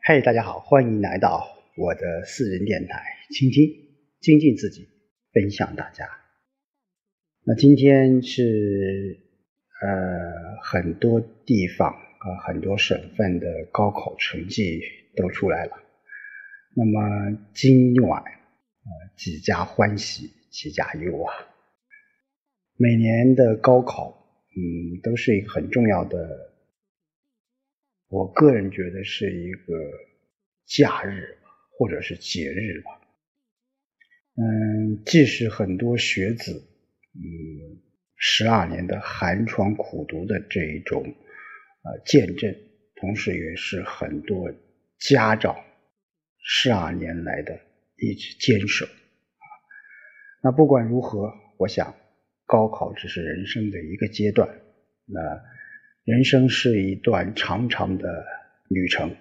嗨，大家好，欢迎来到我的私人电台，倾听、精进自己，分享大家。那今天是很多地方很多省份的高考成绩都出来了。那么今晚几家欢喜几家忧啊。每年的高考都是一个很重要的，我个人觉得是一个假日或者是节日吧。既是很多学子12年的寒窗苦读的这一种见证，同时也是很多家长12年来的一直坚守。那不管如何，我想高考只是人生的一个阶段，那人生是一段长长的旅程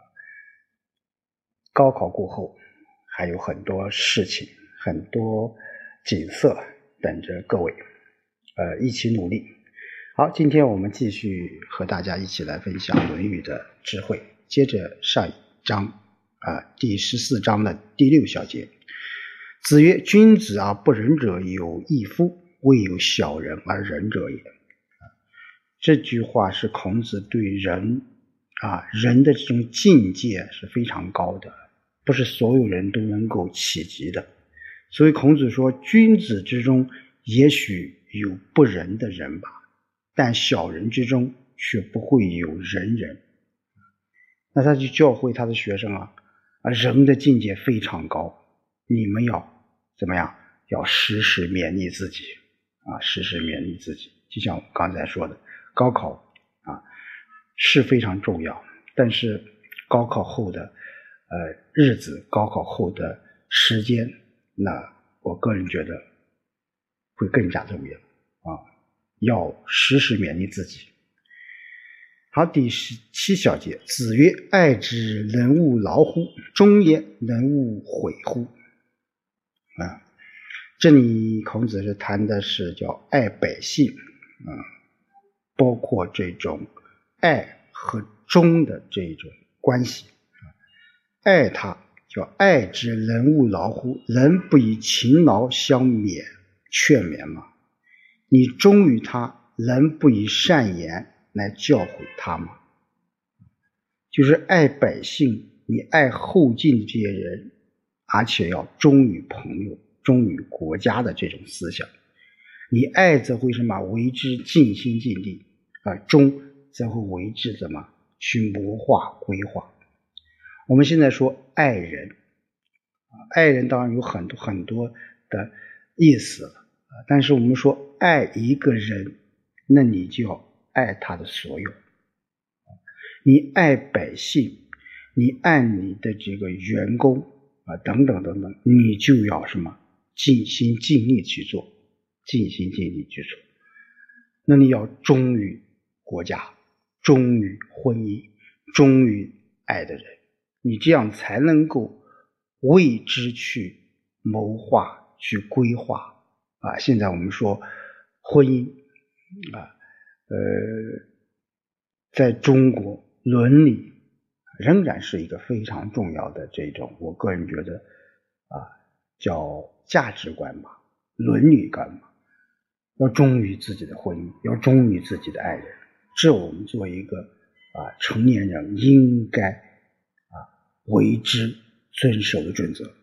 高考过后还有很多事情，很多景色等着各位一起努力。好，今天我们继续和大家一起来分享《论语》的智慧，接着上一章第14章的第6小节。子曰：君子而不仁者有义夫，未有小人而仁者也。这句话是孔子对人的这种境界是非常高的，不是所有人都能够企及的。所以孔子说，君子之中也许有不仁的人吧，但小人之中却不会有仁人。那他就教会他的学生人的境界非常高，你们要怎么样？要时时勉励自己时时勉励自己。就像我刚才说的，高考是非常重要，但是高考后的日子，高考后的时间，那我个人觉得会更加重要要时时勉励自己。好，第17小节。子曰：爱之，人勿劳乎？忠焉，人勿悔乎？这里孔子是谈的是叫爱百姓包括这种爱和忠的这种关系。爱他叫爱之，人勿劳乎？人不以勤劳相劝勉吗？你忠于他，人不以善言来教诲他吗？就是爱百姓，你爱后进的这些人，而且要忠于朋友，忠于国家的这种思想。你爱则会什么？为之尽心尽力忠则会为之怎么去谋划规划。我们现在说爱人爱人当然有很多很多的意思但是我们说爱一个人，那你就要爱他的所有。你爱百姓，你爱你的这个员工等等等等，你就要什么？尽心尽力去做，尽心尽力去做。那你要忠于国家，忠于婚姻，忠于爱的人，你这样才能够为之去谋划，去规划现在我们说婚姻在中国伦理仍然是一个非常重要的这种，我个人觉得叫价值观吧，伦理观吧。要忠于自己的婚姻，要忠于自己的爱人，这我们作为一个成年人应该为之遵守的准则。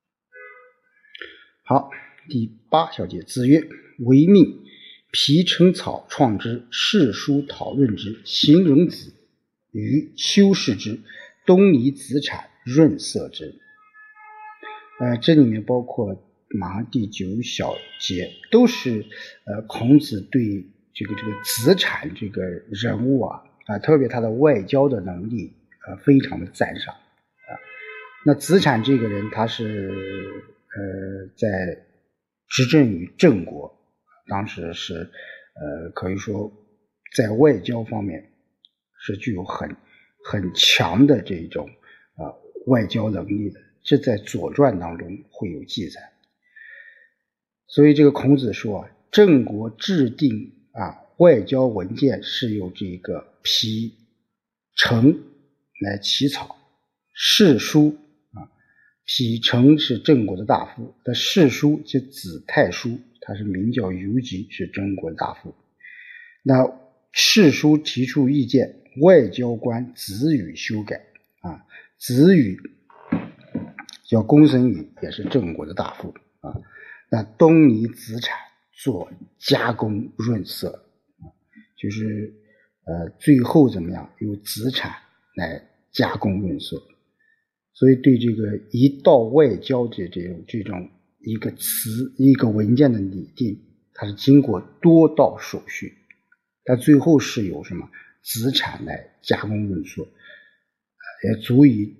好，第8小节。子曰：唯命，皮成草，创之；世书讨论之，形容子鱼，修饰之；东离子产，润色之。这里面包括马上第9小节，都是孔子对这个子产这个人物特别他的外交的能力非常的赞赏那子产这个人，他是在执政于郑国，当时是可以说在外交方面是具有很强的这种外交能力的，这在《左传》当中会有记载。所以这个孔子说郑国制定外交文件是由这个皮成来起草世叔罴城是郑国的大夫，的世叔就子太叔，他是名叫游吉，是郑国的大夫。那世叔提出意见，外交官子羽修改子羽叫公孙羽，也是郑国的大夫那东尼子产做加工润色就是最后怎么样由子产来加工润色。所以对这个一道外交的这种一个词一个文件的拟定，它是经过多道手续，但最后是由什么子产来加工润色，也足以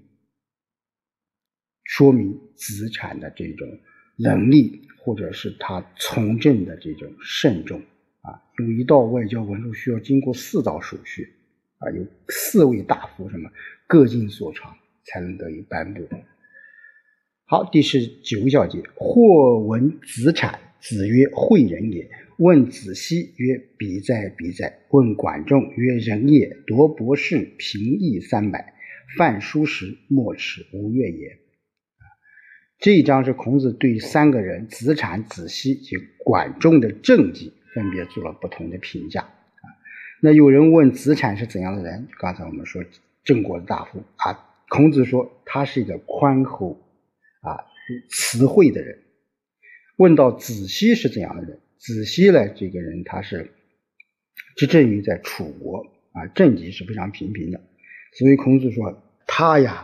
说明子产的这种能力，或者是他从政的这种慎重因为一道外交文书需要经过4道手续有4位大夫各尽所长才能得以颁布。好，第19小节，或闻子产，子曰惠人也。问子奚曰彼在彼在。问管仲曰人也，夺博士，平邑300，犯书时，莫齿无怨也。这一章是孔子对3个人子产、子奚及管仲的政绩分别做了不同的评价那有人问子产是怎样的人，刚才我们说郑国的大夫孔子说他是一个宽厚慈惠的人。问到子奚是怎样的人，子奚呢，这个人他是执政于在楚国政绩是非常平平的，所以孔子说他呀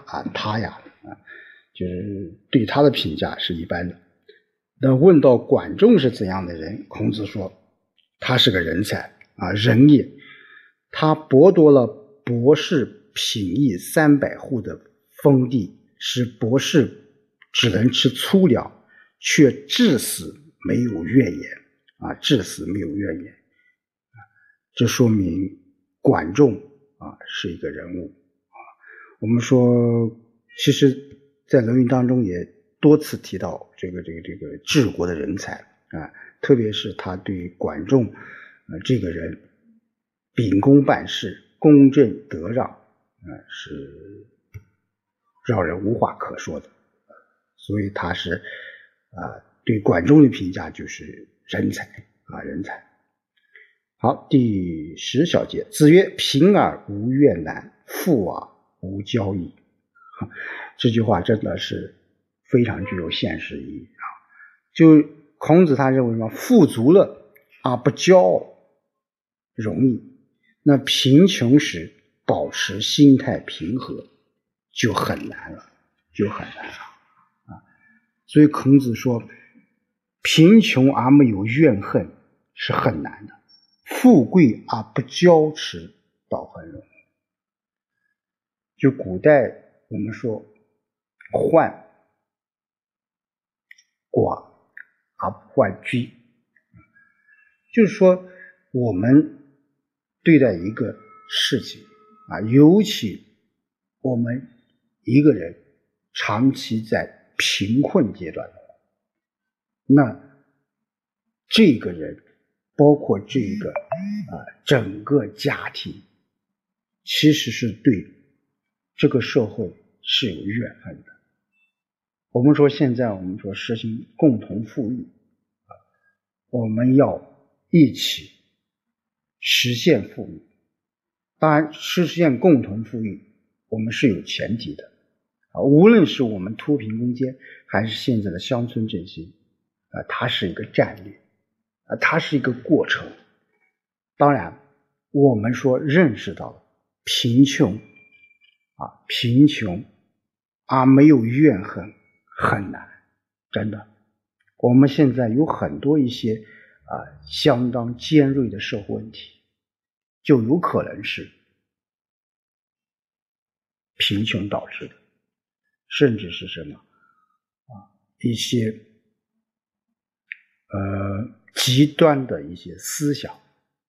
就是对他的评价是一般的。那问到管仲是怎样的人，孔子说他是个人才人也，他剥夺了博士品邑300户的封地，使博士只能吃粗粮，却至死没有怨言至死没有怨言这说明管仲是一个人物我们说其实在论语当中也多次提到这个治国的人才特别是他对管仲这个人秉公办事，公正德让是让人无话可说的，所以他是对管仲的评价就是人才人才。好，第10小节，子曰贫而无怨难，富而无骄逸。这句话真的是非常具有现实意义就孔子他认为什么，富足了不骄傲容易，那贫穷时保持心态平和就很难了所以孔子说贫穷而没有怨恨是很难的，富贵而不骄持倒很容易。就古代我们说患寡而不患居，就是说我们对待一个事情尤其我们一个人长期在贫困阶段的话，那这个人包括这个整个家庭其实是对这个社会是有怨恨的。我们说现在我们说实行共同富裕我们要一起实现富裕，当然实现共同富裕我们是有前提的无论是我们脱贫攻坚还是现在的乡村振兴它是一个战略它是一个过程。当然我们说认识到贫穷而没有怨恨很难，真的。我们现在有很多一些相当尖锐的社会问题，就有可能是贫穷导致的，甚至是什么一些极端的一些思想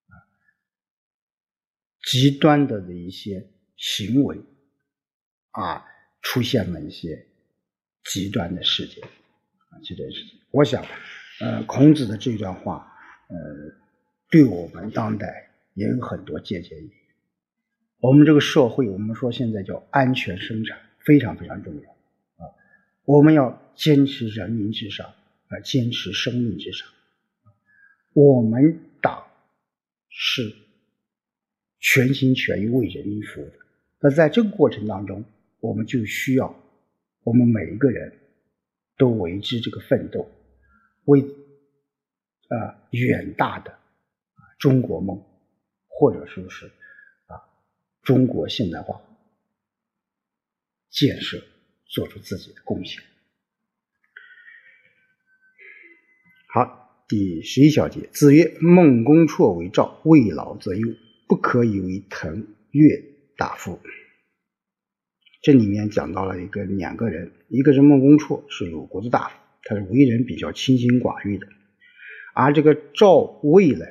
极端的一些行为出现了一些极端的事件我想孔子的这段话对我们当代也有很多借鉴意义。我们这个社会我们说现在叫安全生产非常非常重要啊！我们要坚持人民至上啊，坚持生命至上。我们党是全心全意为人民服务的。那在这个过程当中，我们就需要我们每一个人都为之这个奋斗，为远大的中国梦，或者说是中国现代化建设做出自己的贡献。好，第11小节，子曰：孟公绰为赵，未老则忧，不可以为滕越大夫。这里面讲到了两个人，一个是孟公绰，是鲁国的大夫，他是为人比较清心寡欲的，而这个赵魏呢，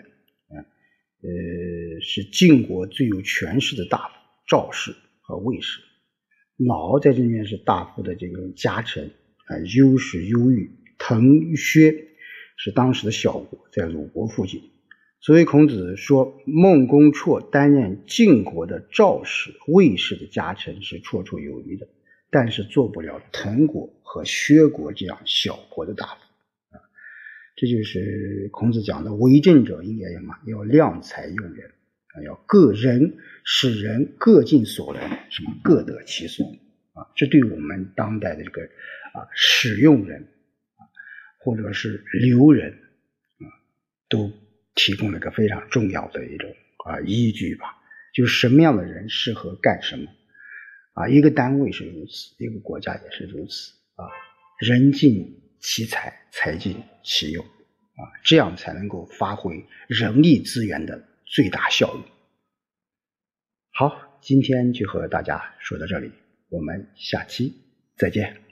是晋国最有权势的大夫，赵氏和魏氏。老在这里面是大夫的这个家臣，忧是忧郁，滕薛是当时的小国，在鲁国附近。所以孔子说孟公绰担任晋国的赵氏、魏氏的家臣是绰绰有余的，但是做不了滕国和薛国这样小国的大夫。这就是孔子讲的为政者应该要量才用人，要使人各尽所能，各得其所这对我们当代的这个使用人或者是留人都提供了一个非常重要的一种依据吧，就是什么样的人适合干什么一个单位是如此，一个国家也是如此人尽其才，才尽其用这样才能够发挥人力资源的最大效益。好，今天就和大家说到这里，我们下期再见。